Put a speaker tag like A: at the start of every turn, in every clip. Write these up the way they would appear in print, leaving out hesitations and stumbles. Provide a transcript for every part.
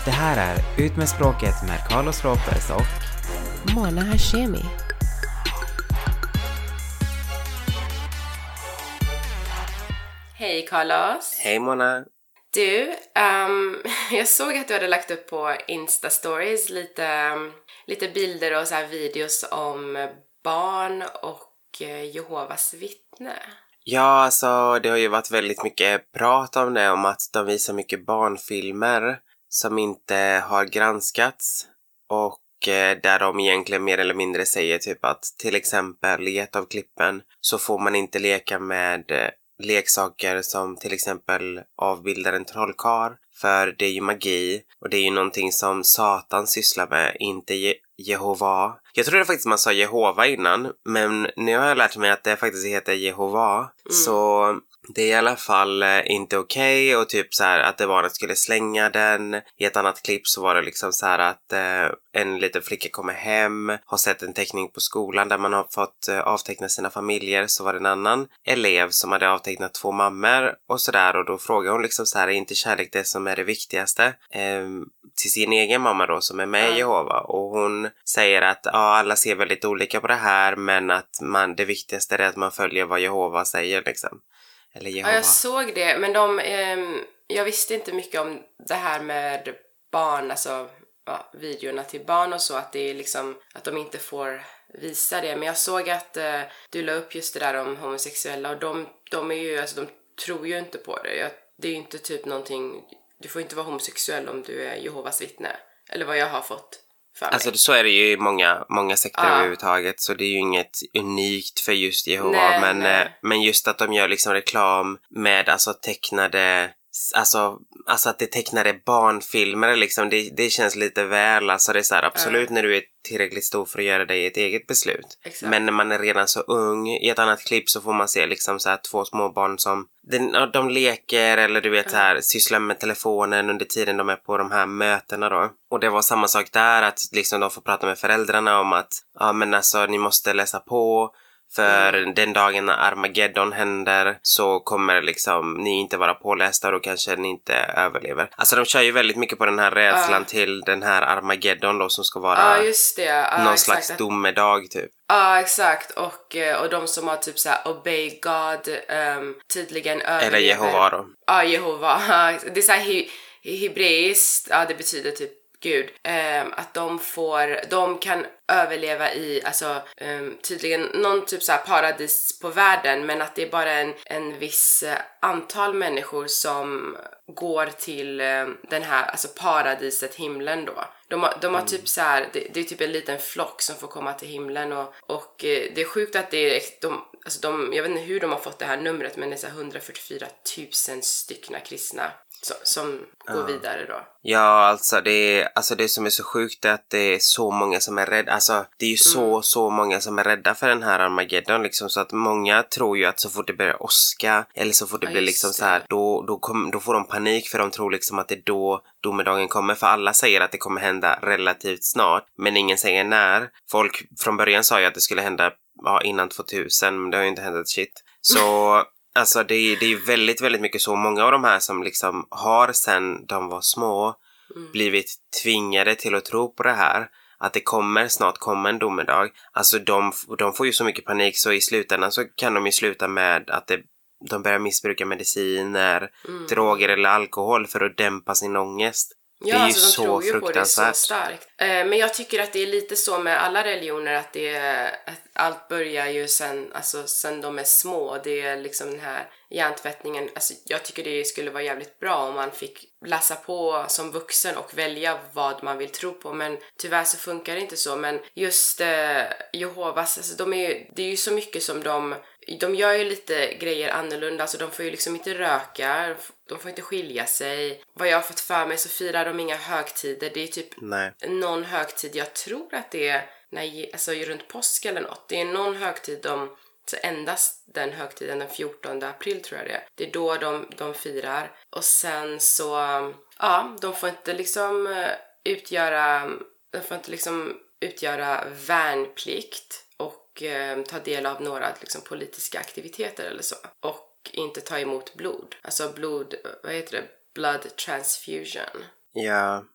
A: Det här är Ut med språket med Carlos Lopez och
B: Mona Hashemi. Hej Carlos.
C: Hej Mona.
B: Du, jag såg att du hade lagt upp på Insta-stories lite bilder och så här videos om barn och Jehovas vittne.
C: Ja, alltså det har ju varit väldigt mycket prat om det, om att de visar mycket barnfilmer som inte har granskats och där de egentligen mer eller mindre säger typ att till exempel i ett av klippen så får man inte leka med leksaker som till exempel avbildar en trollkarl, för det är ju magi och det är ju någonting som Satan sysslar med, inte Jehova. Jag trodde faktiskt man sa Jehova innan, men nu har jag lärt mig att det faktiskt heter Jehova. Så det är i alla fall inte okej, och typ så här att det barnet skulle slänga den. I ett annat klipp så var det liksom så här att en liten flicka kommer hem, har sett en teckning på skolan där man har fått avteckna sina familjer. Så var det en annan elev som hade avtecknat 2 mammor och sådär, och då frågar hon liksom så här, är inte kärlek det som är det viktigaste? Till sin egen mamma då som är med i Jehova, och hon säger att ja, alla ser väldigt olika på det här, men att det viktigaste är att man följer vad Jehova säger liksom. Eller Jehova.
B: Ja, jag såg det, men jag visste inte mycket om det här med barn, alltså videorna till barn och så, att det är liksom att de inte får visa det. Men jag såg att du la upp just det där om homosexuella, och de är ju, alltså de tror ju inte på det. Det är ju inte typ någonting, du får inte vara homosexuell om du är Jehovas vittne, eller vad jag har fått för mig.
C: Alltså så är det ju i många sekter överhuvudtaget, så det är ju inget unikt för just Jehova. Men just att de gör liksom reklam med alltså tecknade, alltså att det tecknade barnfilmer liksom, det känns lite väl, alltså det är så här, absolut när du är tillräckligt stor för att göra dig ett eget beslut.
B: Exakt.
C: Men när man är redan så ung, i ett annat klipp så får man se liksom så här 2 små barn som de leker, eller du vet så här, sysslar med telefonen under tiden de är på de här mötena då. Och det var samma sak där, att liksom de får prata med föräldrarna om att ja men alltså ni måste läsa på, för den dagen när Armageddon händer så kommer liksom ni inte vara pålästa, och då kanske ni inte överlever. Alltså de kör ju väldigt mycket på den här rädslan till den här Armageddon då, som ska vara
B: just det.
C: någon slags domedag typ.
B: Ja, exakt. Och de som har typ såhär obey God, tydligen överlever.
C: Eller Jehova då.
B: Ja, Jehova. Det är såhär hebreiskt, ja det betyder typ Gud. Att de kan överleva i, alltså tydligen någon typ så här paradis på världen, men att det är bara en viss antal människor som går till den här, alltså paradiset, himlen då. De har typ så här, det är typ en liten flock som får komma till himlen, och det är sjukt att det är jag vet inte hur de har fått det här numret, men det är så här 144 000 stycken kristna som går vidare då.
C: Ja, alltså det som är så sjukt är att det är så många som är rädda. Alltså det är ju så många som är rädda för den här Armageddon liksom, så att många tror ju att så fort det börjar åska, eller så fort det blir liksom så här, då får de panik, för de tror liksom att det är då domedagen kommer, för alla säger att det kommer hända relativt snart, men ingen säger när. Folk från början sa ju att det skulle hända innan 2000, men det har ju inte hänt ett shit. Så alltså det är ju väldigt, väldigt mycket så. Många av de här som liksom har sen de var små blivit tvingade till att tro på det här, att det snart kommer en domedag. Alltså de får ju så mycket panik, så i slutändan så kan de ju sluta med att de börjar missbruka mediciner, droger eller alkohol för att dämpa sin ångest.
B: Ja,
C: det är ju
B: alltså, de
C: så
B: tror ju
C: fruktansvärt.
B: på det så starkt. Men jag tycker att det är lite så med alla religioner, att att allt börjar ju sen de är små. Det är liksom den här hjärntvättningen. Alltså, jag tycker det skulle vara jävligt bra om man fick läsa på som vuxen och välja vad man vill tro på. Men tyvärr så funkar det inte så. Men just Jehovas, alltså, det är ju så mycket som de gör ju lite grejer annorlunda. Alltså de får ju liksom inte röka, de får inte skilja sig. Vad jag har fått för mig så firar de inga högtider. Det är typ någon högtid, jag tror att det är runt påsk eller något. Det är någon högtid så endast den högtiden, den 14 april tror jag det är. Det är då de firar. Och sen så, de får inte liksom utgöra värnplikt och ta del av några liksom politiska aktiviteter eller så. Och inte ta emot blod. Alltså blood transfusion.
C: Ja,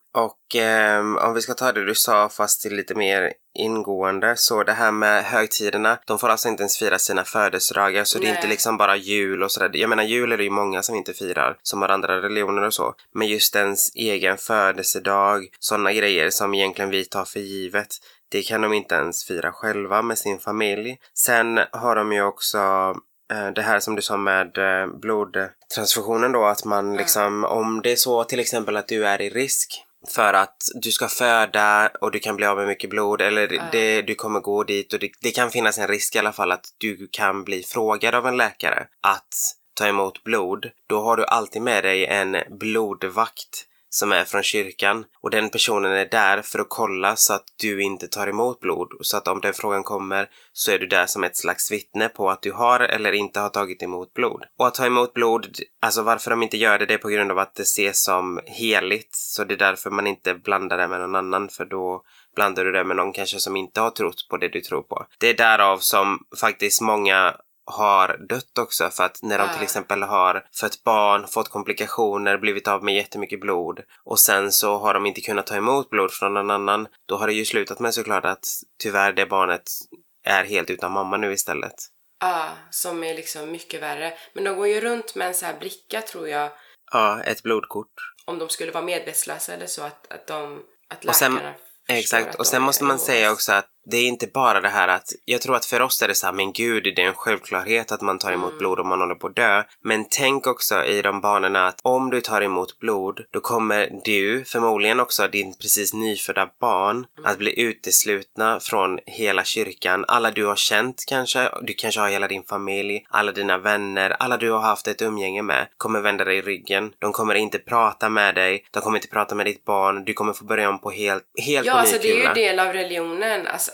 C: Och om vi ska ta det du sa fast till lite mer ingående, så det här med högtiderna, de får alltså inte ens fira sina födelsedagar, så det är inte liksom bara jul och sådär. Jag menar, jul är det ju många som inte firar, som har andra religioner och så. Men just ens egen födelsedag, sådana grejer som egentligen vi tar för givet, det kan de inte ens fira själva med sin familj. Sen har de ju också det här som du sa med blodtransfusionen då, att man liksom, om det är så till exempel att du är i risk för att du ska föda och du kan bli av med mycket blod, eller du kommer gå dit och det kan finnas en risk i alla fall att du kan bli frågad av en läkare att ta emot blod. Då har du alltid med dig en blodvakt som är från kyrkan, och den personen är där för att kolla så att du inte tar emot blod, så att om den frågan kommer så är du där som ett slags vittne på att du har eller inte har tagit emot blod. Och att ta emot blod, alltså varför de inte gör det är på grund av att det ses som heligt, så det är därför man inte blandar det med någon annan, för då blandar du det med någon kanske som inte har trott på det du tror på. Det är därav som faktiskt många har dött också, för att när de till exempel har fött barn, fått komplikationer, blivit av med jättemycket blod och sen så har de inte kunnat ta emot blod från någon annan, då har det ju slutat med såklart att tyvärr det barnet är helt utan mamma nu istället.
B: Ja, som är liksom mycket värre. Men de går ju runt med en så här bricka, tror jag.
C: Ja, ett blodkort.
B: Om de skulle vara medvetslösa eller så, att läkarna...
C: Och sen, exakt, och sen måste man säga också att det är inte bara det här att, jag tror att för oss är det så här, men gud, det är en självklarhet att man tar emot blod om man håller på att dö. Men tänk också i de banorna att om du tar emot blod, då kommer du, förmodligen också din precis nyfödda barn, att bli uteslutna från hela kyrkan. Alla du har känt kanske, du kanske har hela din familj, alla dina vänner, alla du har haft ett umgänge med, kommer vända dig i ryggen. De kommer inte prata med dig, de kommer inte prata med ditt barn, du kommer få börja om på helt
B: ja,
C: på ny kula.
B: alltså det är ju del av religionen, alltså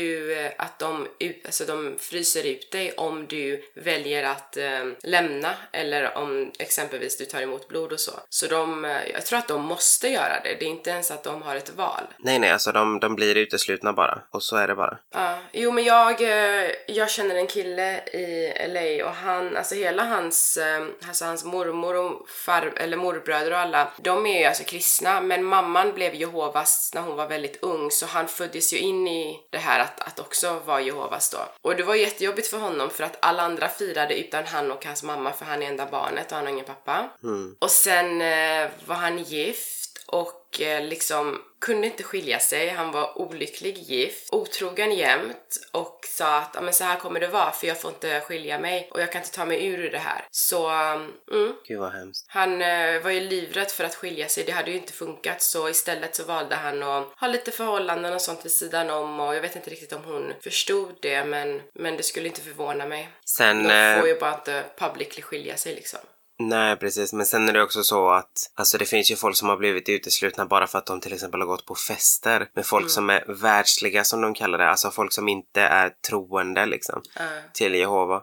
B: att de fryser ut dig om du väljer att lämna, eller om exempelvis du tar emot blod och så. Så jag tror att de måste göra det. Det är inte ens att de har ett val.
C: Nej, alltså de blir uteslutna bara. Och så är det bara.
B: Ja, jo, men jag känner en kille i LA, och hans mormor och morbröder och alla, de är ju alltså kristna, men mamman blev Jehovas när hon var väldigt ung, så han föddes ju in i det här att också vara Jehovas då. Och det var jättejobbigt för honom, för att alla andra firade utan han och hans mamma, för han är enda barnet och han har ingen pappa. Och sen var han gift och liksom kunde inte skilja sig. Han var olycklig gift, otrogen jämt, och sa att men så här kommer det vara, för jag får inte skilja mig och jag kan inte ta mig ur det här. Så
C: Gud vad hemskt.
B: Han var ju livrädd för att skilja sig. Det hade ju inte funkat, så istället så valde han att ha lite förhållanden och sånt vid sidan om, och jag vet inte riktigt om hon förstod det, men det skulle inte förvåna mig.
C: Sen
B: de får ju bara inte publicly skilja sig liksom.
C: Nej, precis. Men sen är det också så att alltså det finns ju folk som har blivit uteslutna bara för att de till exempel har gått på fester med folk som är världsliga, som de kallar det. Alltså folk som inte är troende liksom till Jehova.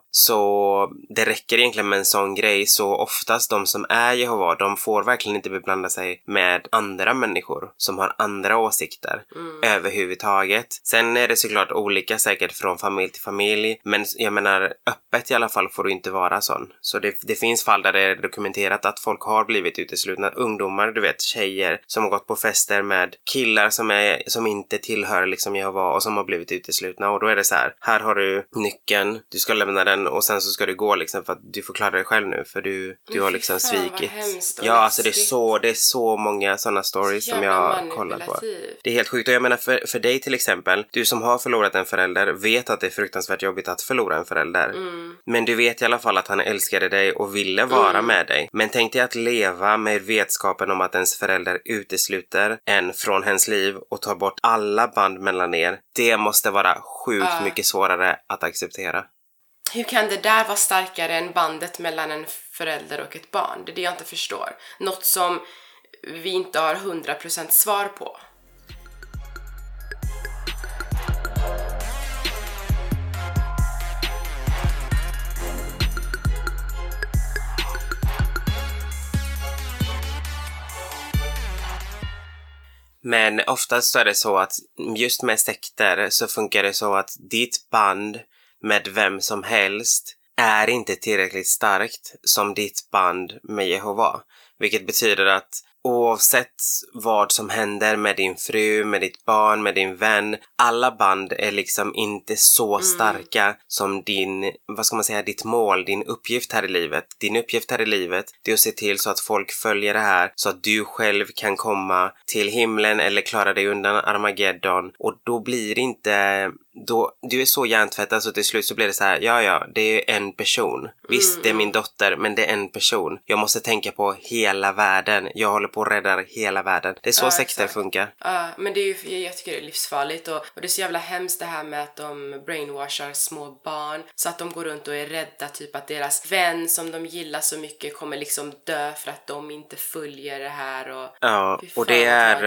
C: Så det räcker egentligen med en sån grej. Så oftast de som är Jehova, de får verkligen inte beblanda sig med andra människor som har andra åsikter överhuvudtaget. Sen är det såklart olika säkert från familj till familj. Men jag menar, öppet i alla fall får du inte vara sån. Så det finns fall där det är dokumenterat att folk har blivit uteslutna. Ungdomar, du vet, tjejer som har gått på fester med killar som inte tillhör liksom Jehova och som har blivit uteslutna. Och då är det så här har du nyckeln, du ska lämna den och sen så ska du gå liksom, för att du får klara dig själv nu, för du har liksom svikit. Ja, alltså det är så många sådana stories som jag kollar på. Det är helt sjukt. Och jag menar för dig till exempel, du som har förlorat en förälder vet att det är fruktansvärt jobbigt att förlora en förälder. Men du vet i alla fall att han älskade dig och ville vara med dig. Men tänk dig att leva med vetskapen om att ens förälder utesluter en från hens liv och tar bort alla band mellan er. Det måste vara sjukt mycket svårare att acceptera.
B: Hur kan det där vara starkare än bandet mellan en förälder och ett barn? Det är det jag inte förstår. Något som vi inte har 100% svar på.
C: Men oftast så är det så att just med sekter så funkar det så att ditt band med vem som helst är inte tillräckligt starkt som ditt band med Jehova. Vilket betyder att oavsett vad som händer med din fru, med ditt barn, med din vän, alla band är liksom inte så starka som ditt mål, din uppgift här i livet. Din uppgift här i livet, det är att se till så att folk följer det här, så att du själv kan komma till himlen eller klara dig undan Armageddon. Och då blir det inte... du är så hjärntvättad så till slut så blir det så här, ja, det är en person. Visst, det är min dotter, men det är en person. Jag måste tänka på hela världen. Jag håller på att rädda hela världen. Det är så sekter funkar.
B: Ja, men det är ju, jag tycker det är livsfarligt och det är så jävla hemskt det här med att de brainwashar små barn så att de går runt och är rädda typ att deras vän som de gillar så mycket kommer liksom dö för att de inte följer det här och...
C: Ja, och det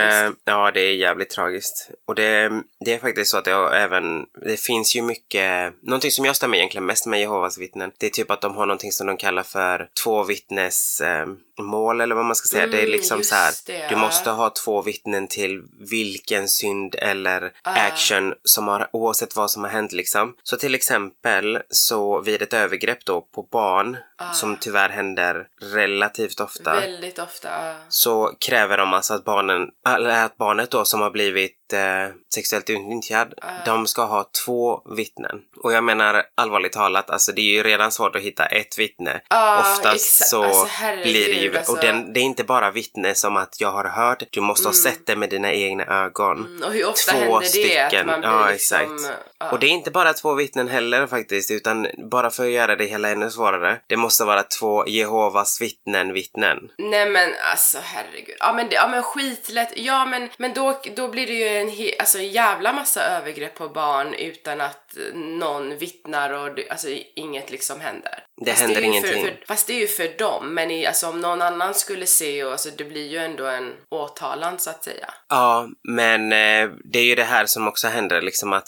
C: är jävligt tragiskt. Och det är faktiskt så att det finns ju mycket, någonting som jag stämmer egentligen mest med Jehovas vittnen, det är typ att de har någonting som de kallar för 2 vittnes mål eller vad man ska säga. Det är liksom så här, du måste ha 2 vittnen till vilken synd eller action som har, oavsett vad som har hänt liksom. Så till exempel så vid ett övergrepp då på barn som tyvärr händer relativt ofta.
B: Väldigt ofta.
C: Så kräver de alltså att barnet då som har blivit sexuellt utnyttjad, de ska ha 2 vittnen. Och jag menar allvarligt talat, alltså det är ju redan svårt att hitta ett vittne. Oftast så
B: alltså,
C: blir det ju, och det är inte bara vittne som att jag har hört, du måste ha sett det med dina egna ögon.
B: Och hur ofta
C: 2
B: händer
C: stycken.
B: det? Att man blir
C: exakt. Och det är inte bara 2 vittnen heller faktiskt, utan bara för att göra det hela ännu svårare, det måste vara 2 Jehovas vittnen.
B: Nej men alltså herregud. Ja men skitlätt. Ja men då blir det ju en jävla massa övergrepp på barn utan att någon vittnar och alltså inget liksom händer.
C: Det händer ingenting.
B: Fast det är ju för dem, men om någon annan skulle se och alltså, det blir ju ändå en åtalan så att säga.
C: Ja, men det är ju det här som också händer liksom att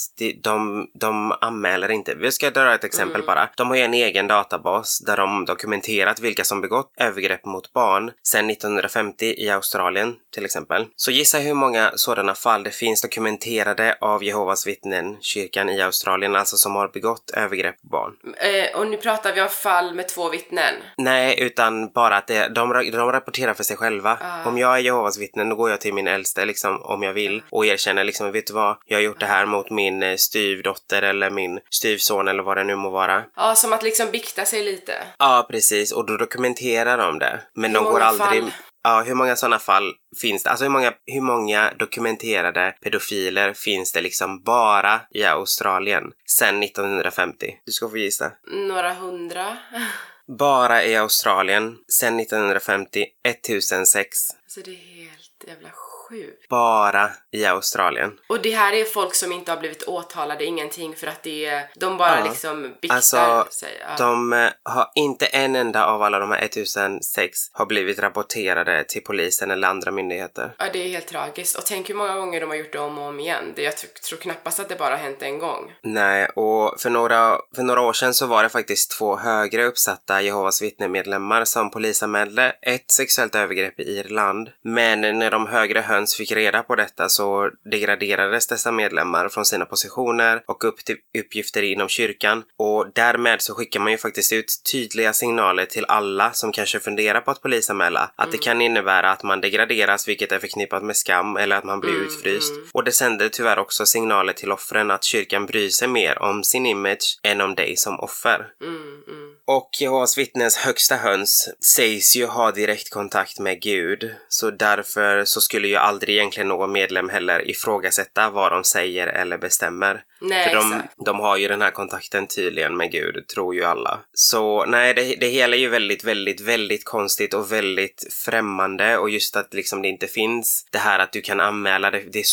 C: de anmäler inte. Vi ska dra ett exempel bara. De har ju en egen databas där de dokumenterat vilka som begått övergrepp mot barn sedan 1950 i Australien till exempel. Så gissa hur många sådana fall det finns dokumenterade av Jehovas vittnen, kyrkan i Australien, alltså som har begått övergrepp på barn.
B: Och nu pratar vi om fall med 2 vittnen.
C: Nej, utan bara att de rapporterar för sig själva. Om jag är Jehovas vittnen, då går jag till min äldste liksom, om jag vill, och erkänner liksom, vet du vad, jag har gjort det här mot min styvdotter eller min styvson eller vad det nu må vara.
B: Ja, som att liksom bikta sig lite.
C: Ja, precis, och då dokumenterar de det. Men de går aldrig... Fall? Ja, hur många sådana fall finns det? Alltså hur många dokumenterade pedofiler finns det liksom bara i Australien sedan 1950? Du ska få gissa.
B: Några 100.
C: Bara i Australien sedan 1950, 1006.
B: Alltså det är helt jävla sjukt.
C: Bara i Australien.
B: Och det här är folk som inte har blivit åtalade, ingenting, för att de bara liksom biktar sig.
C: De har inte en enda av alla de här 1006 har blivit rapporterade till polisen eller andra myndigheter.
B: Ja, det är helt tragiskt. Och tänk hur många gånger de har gjort det om och om igen. Jag tror knappast att det bara har hänt en gång.
C: Nej, och för några år sedan så var det faktiskt 2 högre uppsatta Jehovas vittnemedlemmar som polisanmälde ett sexuellt övergrepp i Irland. Men när de högre höns fick reda på detta så degraderades dessa medlemmar från sina positioner och upp till uppgifter inom kyrkan. Och därmed så skickar man ju faktiskt ut tydliga signaler till alla som kanske funderar på att polisanmäla. Att det kan innebära att man degraderas, vilket är förknippat med skam, eller att man blir utfryst. Och det sänder tyvärr också signaler till offren att kyrkan bryr sig mer om sin image än om dig som offer. Och Jehovas vittnens högsta höns sägs ju ha direkt kontakt med Gud. Så därför så skulle ju aldrig egentligen någon medlem heller ifrågasätta vad de säger eller bestämmer.
B: Nej,
C: för de har ju den här kontakten tydligen med Gud, tror ju alla. Så nej, det hela är ju väldigt, väldigt, väldigt konstigt och väldigt främmande. Och just att liksom det inte finns det här att du kan anmäla det. Det är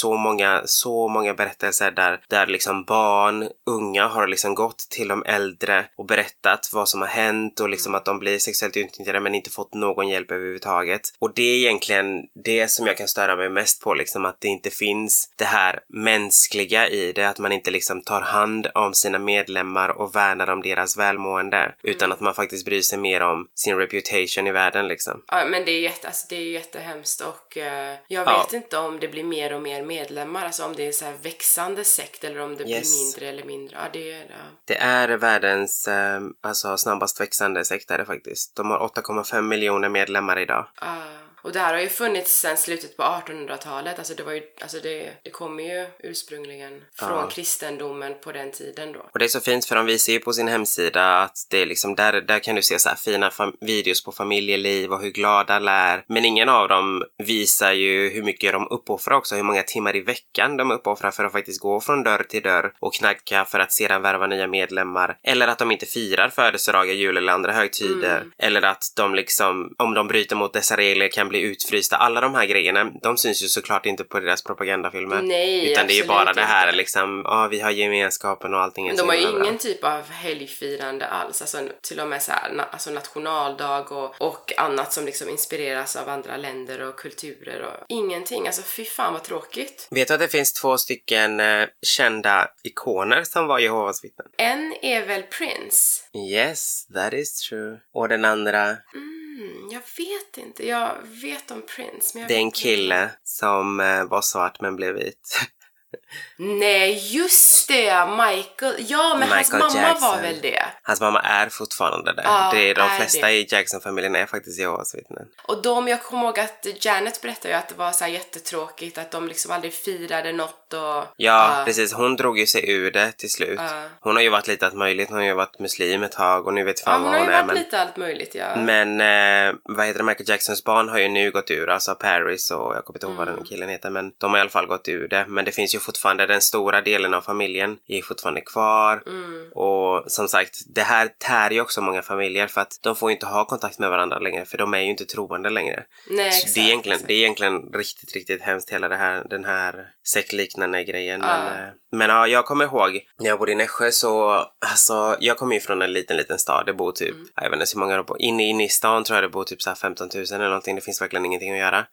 C: så många berättelser där liksom barn, unga har liksom gått till de äldre och berättat vad som har hänt och liksom att de blir sexuellt utnyttjade men inte fått någon hjälp överhuvudtaget. Och det är egentligen det som jag kan störa mig mest på, liksom att det inte finns det här mänskliga i det, att man inte liksom tar hand om sina medlemmar och värnar om deras välmående. Utan att man faktiskt bryr sig mer om sin reputation i världen liksom.
B: Ja, men det är jättehemskt och jag vet inte om det blir mer och mer medlemmar. Alltså om det är så här växande sekt eller om det blir mindre eller mindre. Ja,
C: det är världens snabbast växande sekt är det faktiskt. De har 8,5 miljoner medlemmar idag.
B: Och det här har ju funnits sedan slutet på 1800-talet. Alltså det kommer ju ursprungligen från kristendomen på den tiden då.
C: Och det är så fint för de visar ju på sin hemsida att det är liksom där kan du se så här fina videos på familjeliv och hur glada alla är. Men ingen av dem visar ju hur mycket de uppoffrar också. Hur många timmar i veckan de uppoffrar för att faktiskt gå från dörr till dörr och knacka för att sedan värva nya medlemmar. Eller att de inte firar födelsedagar, jul eller andra högtider. Eller att de liksom, om de bryter mot dessa regler kan bli utfrysta. Alla de här grejerna, de syns ju såklart inte på deras propagandafilmer.
B: Nej,
C: utan det är ju bara det här liksom, vi har gemenskapen och allting.
B: Men de har ju ingen typ av helgfirande alls. Alltså till och med så här, alltså nationaldag och annat som liksom inspireras av andra länder och kulturer och ingenting. Alltså fy fan vad tråkigt.
C: Vet du att det finns 2 stycken kända ikoner som var Jehovas vittnen?
B: En är väl Prince?
C: Yes, that is true. Och den andra?
B: Jag vet inte. Jag vet om Prince. Men
C: det är en kille som var svart men blev vit.
B: Nej, just det! Michael. Ja, men
C: Michael
B: hans mamma
C: Jackson.
B: var väl det?
C: Hans mamma är fortfarande det.
B: Ja,
C: det är de flesta
B: det.
C: i Jackson-familjen är faktiskt Jehovas vittnen.
B: Och jag kommer ihåg att Janet berättade ju att det var så här jättetråkigt att de liksom aldrig firade något och...
C: Ja, precis. Hon drog ju sig ur det till slut. Hon har ju varit lite allt möjligt. Hon har ju varit muslim ett tag och nu vet fan vad hon är.
B: Hon har ju varit lite allt möjligt, ja.
C: Men vad heter det? Michael Jacksons barn har ju nu gått ur. Alltså Paris och jag kommer inte ihåg vad den killen heter. Men de har i alla fall gått ur det. Men det finns ju fortfarande den stora delen av familjen är fortfarande kvar. Och som sagt, det här tär ju också många familjer för att de får ju inte ha kontakt med varandra längre för de är ju inte troende längre.
B: Nej, exakt,
C: så det är egentligen riktigt, riktigt hemskt hela den här sektliknande grejen. Men ja, jag kommer ihåg när jag bodde i Nässjö så, alltså jag kommer ju från en liten stad. Det bor typ, jag vet inte så många inne i stan tror jag det bor typ så här 15 000 eller någonting. Det finns verkligen ingenting att göra.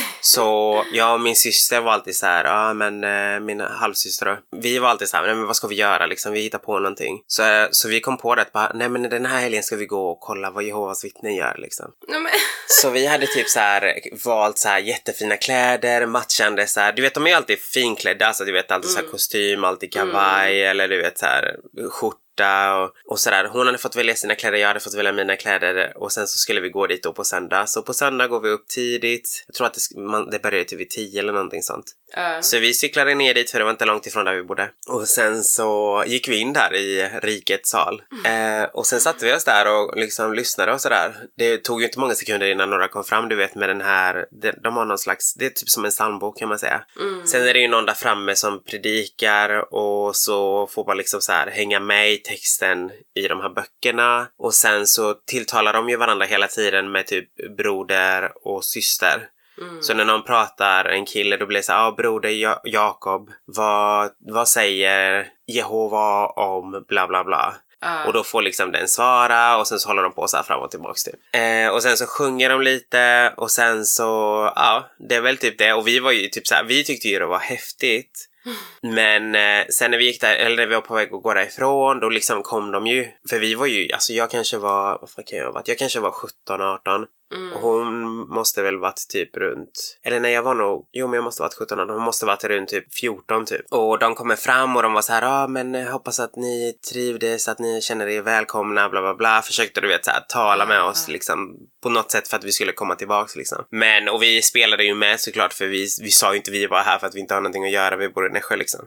C: Så jag och min syster var alltid så här, men min halvsyster, vi var alltid så här, men vad ska vi göra liksom, vi hittar på någonting. Så vi kom på det att bara, nej men den här helgen ska vi gå och kolla vad Jehovas vittnen gör liksom. Så vi hade typ så här valt så här jättefina kläder, matchande så här, du vet de är ju alltid finklädda, alltså du vet alltid så här kostym, alltid kavaj eller du vet så här skjorta och sådär. Hon hade fått välja sina kläder, jag hade fått välja mina kläder och sen så skulle vi gå dit då på söndag. Så på söndag går vi upp tidigt. Jag tror att det började typ vid 10 eller någonting sånt. Så vi cyklade ner dit för det var inte långt ifrån där vi bodde. Och sen så gick vi in där i rikets sal. Och sen satte vi oss där och liksom lyssnade och sådär. Det tog ju inte många sekunder innan några kom fram, du vet med den här, de har någon slags, det är typ som en psalmbok kan man säga. Sen är det ju någon där framme som predikar och så får man liksom så här hänga med i texten i de här böckerna. Och sen så tilltalar de ju varandra hela tiden med typ broder och syster. Så när någon pratar en kille då blir det så här, broder Jakob, vad säger Jehova om bla bla bla. Och då får liksom den svara och sen så håller de på så här fram och tillbaks typ. Och sen så sjunger de lite och sen så, det är väl typ det. Och vi var ju typ så här, vi tyckte ju det var häftigt. Men sen när vi gick där, eller när vi var på väg att gå därifrån, då liksom kom de ju, för vi var ju, alltså jag kanske var, vad fan kan jag ha varit? Jag kanske var 17-18 och hon måste väl varit typ runt, eller nej jag var nog, men jag måste varit 17, hon måste varit runt typ 14 typ. Och de kommer fram och de var så här, men hoppas att ni trivdes, att ni känner er välkomna, bla bla bla. Försökte du vet så här, tala med oss liksom på något sätt för att vi skulle komma tillbaks liksom. Men, och vi spelade ju med såklart för vi sa ju inte vi var här för att vi inte har någonting att göra, vi bor i Nässjö liksom.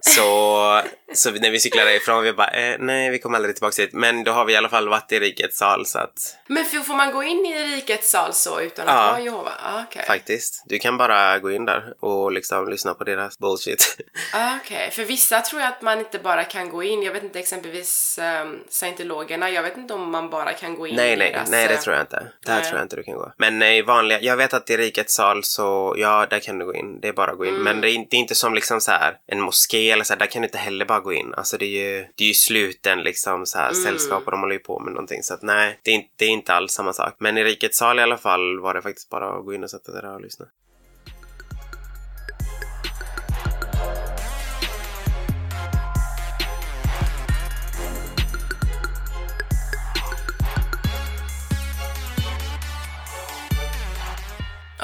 C: Så när vi cyklade ifrån vi bara, nej vi kommer aldrig tillbaka hit. Men då har vi i alla fall varit i rikets sal så att...
B: Men får man gå in i rikets sal så utan att vara Jehova? Okay.
C: Faktiskt. Du kan bara gå in där och liksom lyssna på deras bullshit.
B: Okej, för vissa tror jag att man inte bara kan gå in. Jag vet inte exempelvis scientologerna. Jag vet inte om man bara kan gå in
C: nej, det tror jag inte. Där tror jag inte du kan gå. Men i vanliga, jag vet att i rikets sal så, ja, där kan du gå in. Det är bara att gå in. Men det är inte som liksom så här en moské eller så här, där kan du inte heller bara gå in. Alltså det är ju sluten liksom så här sällskap och de håller ju på med någonting. Så att nej, det är inte alls samma sak. Men i rikets sal i alla fall var det faktiskt bara att gå in och sätta sig där och lyssna.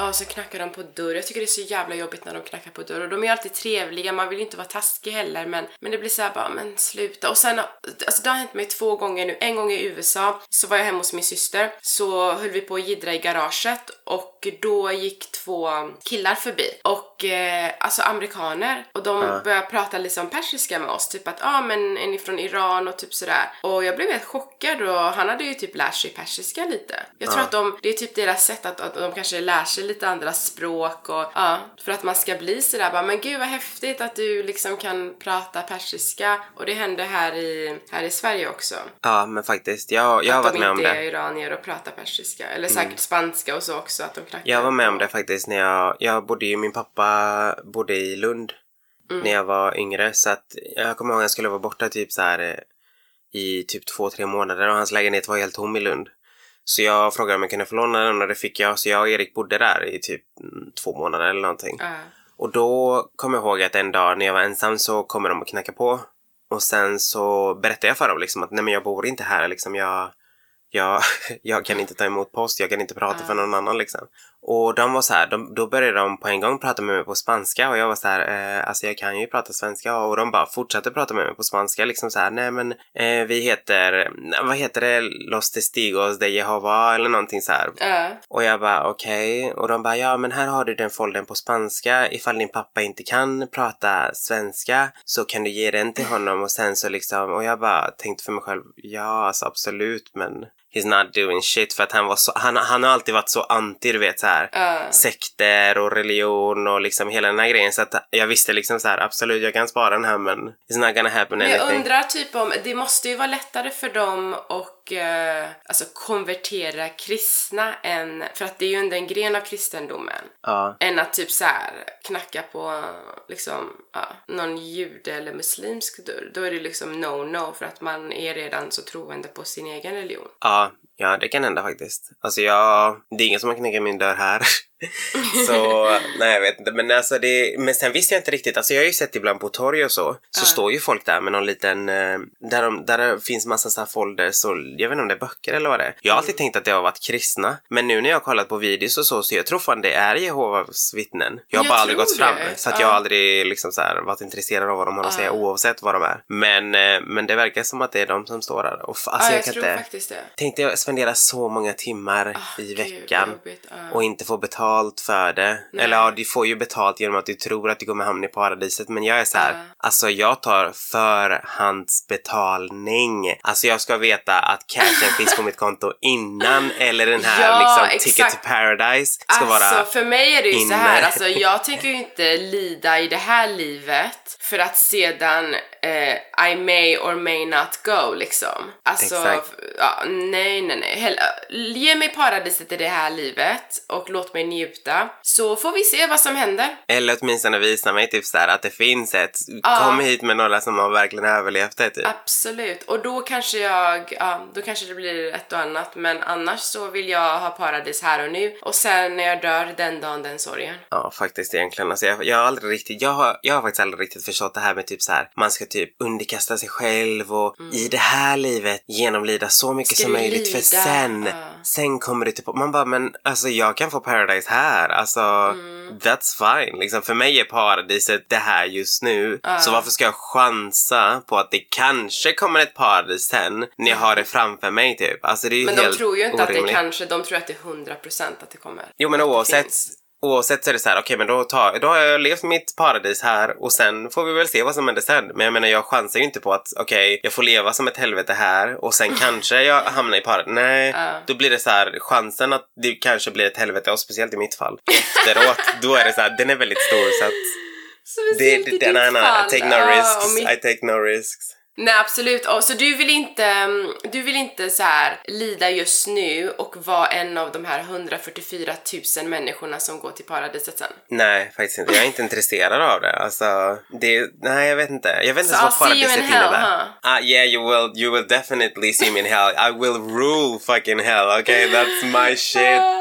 B: Ja, så knackar de på dörr. Jag tycker det är så jävla jobbigt när de knackar på dörr. Och de är alltid trevliga, man vill ju inte vara taskig heller. Men det blir så här bara, men sluta. Och sen, alltså det har hänt mig 2 gånger nu. En gång i USA, så var jag hemma hos min syster. Så höll vi på att jiddra i garaget. Och då gick 2 killar förbi. Och alltså amerikaner. Och de började prata liksom persiska med oss. Typ att, men är ni från Iran och typ sådär. Och jag blev helt chockad och han hade ju typ lärt sig persiska lite. Jag tror att det är typ deras sätt att de kanske lär sig lite andra språk och för att man ska bli sådär bara, men gud vad häftigt att du liksom kan prata persiska. Och det hände här i Sverige också.
C: Ja, men faktiskt, jag har varit med om det.
B: Att de inte är iranier och pratar persiska. Eller säkert spanska och så också, att de knackar.
C: Jag var med om det faktiskt när jag bodde ju, min pappa bodde i Lund när jag var yngre. Så att jag kommer ihåg att jag skulle vara borta typ så här i typ 2-3 månader och hans lägenhet var helt tom i Lund. Så jag frågade om jag kunde få låna den och det fick jag. Så jag och Erik bodde där i typ 2 månader eller någonting. Och då kommer jag ihåg att en dag när jag var ensam så kommer de att knacka på. Och sen så berättade jag för dem liksom att nej, men jag bor inte här liksom, jag kan inte ta emot post, jag kan inte prata för någon annan liksom. Och de var så här, då började de på en gång prata med mig på spanska och jag var så här, alltså jag kan ju prata svenska, och de bara fortsatte prata med mig på spanska liksom så här, nej men vi heter, vad heter det, Los Testigos de Jehova eller någonting så här. Och jag bara okej. Och de bara, ja men här har du den foldern på spanska, ifall din pappa inte kan prata svenska så kan du ge den till honom. Och sen så liksom, och jag bara tänkte för mig själv, ja alltså absolut, men he's not doing shit, för att han har alltid varit så anti, du vet så här, sekter och religion och liksom hela den här grejen, så att jag visste liksom så här, absolut jag kan spara den här, men it's not gonna happen anything.
B: Jag undrar typ om det måste ju vara lättare för dem och alltså konvertera kristna än, för att det är ju en gren av kristendomen, än att typ så här knacka på liksom någon jude eller muslimsk dörr. Då är det liksom no, för att man är redan så troende på sin egen religion.
C: Ja, det kan hända faktiskt. Alltså det är ingen som har knackat min dörr här. Så, nej jag vet inte. Men alltså men sen visste jag inte riktigt. Alltså jag har ju sett ibland på torg och så står ju folk där med någon liten, där det finns massa så här folders, så jag vet inte om det är böcker eller vad det är. Jag har alltid tänkt att det har varit kristna. Men nu när jag har kollat på videos och så jag tror fan det är Jehovas vittnen. Jag har bara aldrig gått fram. Så att jag har aldrig liksom så här varit intresserad av vad de har att säga oavsett vad de är. Men det verkar som att det är de som står där. Och alltså jag kan
B: tror
C: inte,
B: faktiskt det.
C: tänkte jag spendera så många timmar i veckan och inte få betalt för det. Nej. Eller du får ju betalt genom att du tror att du kommer hamna i paradiset. Men jag är så här, alltså jag tar förhandsbetalning. Alltså jag ska veta att cashen finns på mitt konto innan, eller den här liksom ticket to paradise ska vara
B: alltså för mig är det ju så här, alltså jag tänker ju inte lida i det här livet för att sedan I may or may not go liksom. Alltså nej. Ge mig paradiset i det här livet och låt mig njuta, så får vi se vad som händer.
C: Eller åtminstone visa mig typ så här att det finns ett, kom hit med några som har verkligen överlevt det typ.
B: Absolut, och då kanske då kanske det blir ett och annat, men annars så vill jag ha paradis här och nu, och sen när jag dör, den dagen, den sorgen.
C: Ja, faktiskt egentligen. Alltså jag har aldrig riktigt, jag har faktiskt aldrig riktigt förstått det här med typ så här, man ska typ underkasta sig själv och i det här livet genomlida så mycket som möjligt, för sen kommer det typ, man bara, men alltså jag kan få paradise här, alltså that's fine liksom. För mig är paradiset det här just nu, så varför ska jag chansa på att det kanske kommer ett paradis sen när jag har det framför mig typ. Alltså det är ju
B: men
C: helt
B: de tror ju inte
C: orimligt.
B: Att det kanske, de tror att det är 100% att det kommer.
C: Jo, men oavsett så är det så här, okej, men då har jag levt mitt paradis här och sen får vi väl se vad som händer sen. Men jag menar, jag chansar ju inte på att jag får leva som ett helvete här och sen kanske jag hamnar i paradis. Nej, då blir det så här, chansen att det kanske blir ett helvete, och speciellt i mitt fall efteråt, då är det så här, den är väldigt stor, så att
B: I
C: take no risks. I take no risks.
B: Nej, absolut. Så du vill inte så här lida just nu och vara en av de här 144 000 människorna som går till paradiset sen?
C: Nej, faktiskt inte. Jag är inte intresserad av det. Alltså, nej, jag vet inte. Jag vet inte
B: så
C: vad paradiset innebär.
B: Yeah,
C: you will definitely see me in hell. I will rule fucking hell, okay? That's my shit.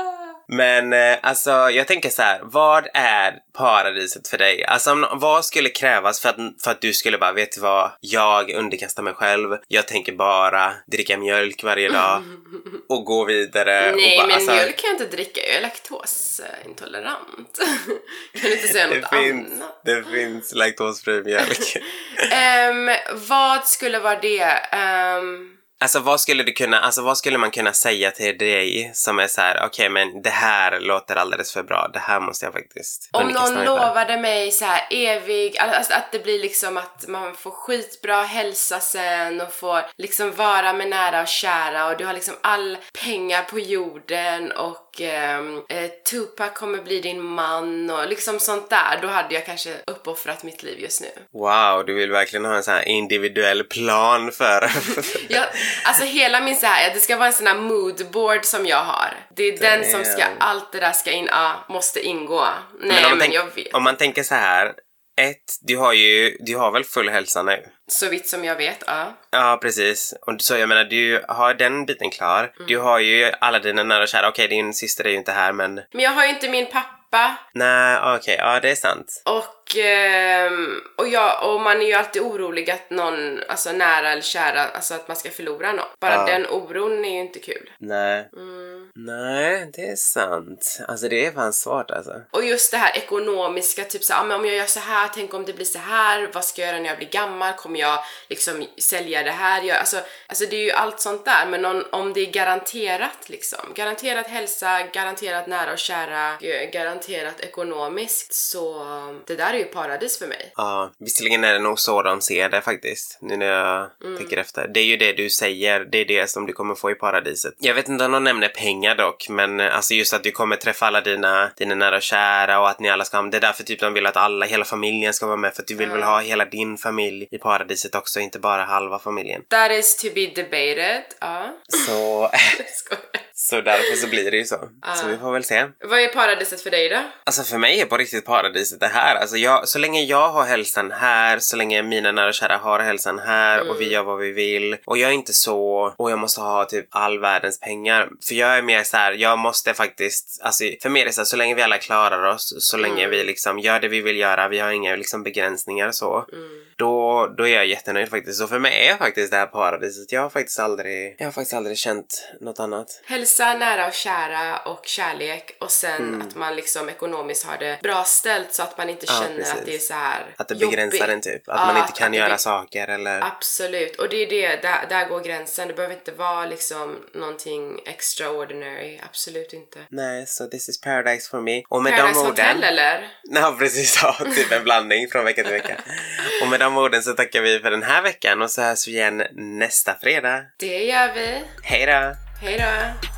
C: Men alltså jag tänker så här, vad är paradiset för dig? Alltså vad skulle krävas för att du skulle bara, vet du vad, jag underkastar mig själv, jag tänker bara dricka mjölk varje dag och gå vidare.
B: Nej,
C: och bara,
B: men
C: alltså,
B: mjölk kan jag inte dricka, jag är laktosintolerant. Kan du inte säga något annat?
C: Det finns laktosfri mjölk.
B: Vad skulle vara det?
C: Alltså vad skulle man kunna säga till dig som är så här: okej, men det här låter alldeles för bra, det här måste jag faktiskt
B: om
C: underkasta
B: någon
C: mig för.
B: lovade mig så här evig, alltså att det blir liksom att man får skitbra hälsa sen och får liksom vara med nära och kära och du har liksom all pengar på jorden och Tupac kommer bli din man och liksom sånt där, då hade jag kanske uppoffrat mitt liv just nu.
C: Wow, du vill verkligen ha en sån här individuell plan för...
B: Ja, alltså hela min så här, det ska vara en sån här moodboard som jag har. Det är den som ska, allt det där ska måste ingå. Nej, men jag vet.
C: Om man tänker så här, du har väl full hälsa nu?
B: Så vitt som jag vet, ja.
C: Ja, precis. Och så jag menar, du har den biten klar. Du har ju alla dina nära och kära. Okej, din syster är ju inte här, men...
B: Men jag har ju inte min pappa.
C: Nej, okej, ja, det är sant.
B: Och man är ju alltid orolig att någon, alltså nära eller kära, alltså att man ska förlora någon. Bara den oron är ju inte kul.
C: Nej. Nej, det är sant. Alltså det är fan svårt alltså.
B: Och just det här ekonomiska, typ så men om jag gör så här, tänk om det blir så här, vad ska jag göra när jag blir gammal? Kommer jag liksom sälja det här? Alltså det är ju allt sånt där, men om det är garanterat liksom, garanterat hälsa, garanterat nära och kära, garanterat ekonomiskt, så det där är ju paradis för mig.
C: Ja, visserligen är det nog så de ser det faktiskt, nu när jag tänker efter. Det är ju det du säger, det är det som du kommer få i paradiset. Jag vet inte om de nämner pengar dock, men alltså just att du kommer träffa alla dina nära och kära och att ni alla ska, det är därför typ de vill att hela familjen ska vara med, för att du vill väl ha hela din familj i paradiset också, inte bara halva familjen.
B: That is to be debated, ja.
C: Så därför så blir det ju så. Så vi får väl se.
B: Vad är paradiset för dig då?
C: Alltså för mig är på riktigt paradiset det här. Alltså så länge jag har hälsan här, så länge mina nära och kära har hälsan här och vi gör vad vi vill. Och jag är inte så, och jag måste ha typ all världens pengar. För jag är mer så här, jag måste faktiskt, alltså för mig är det så länge vi alla klarar oss, så länge vi liksom gör det vi vill göra, vi har inga liksom begränsningar så. Då är jag jättenöjd faktiskt. Så för mig är faktiskt det här paradiset. Jag har faktiskt aldrig känt något annat.
B: Hälsa, nära och kära och kärlek, och sen att man liksom ekonomiskt har det bra ställt, så att man inte känner
C: precis.
B: att det är så här
C: att det begränsar en typ. Att man inte kan göra saker eller...
B: Absolut. Och det är det, där går gränsen. Det behöver inte vara liksom någonting extraordinary. Absolut inte.
C: Nej, så this is paradise for me. Och med
B: Paradise
C: de orden...
B: Hotel eller?
C: Ja, precis. Ja, typ en blandning från vecka till vecka. Och med de orden så tackar vi för den här veckan, och så hörs vi igen nästa fredag.
B: Det gör vi.
C: Hej då!
B: Hej då!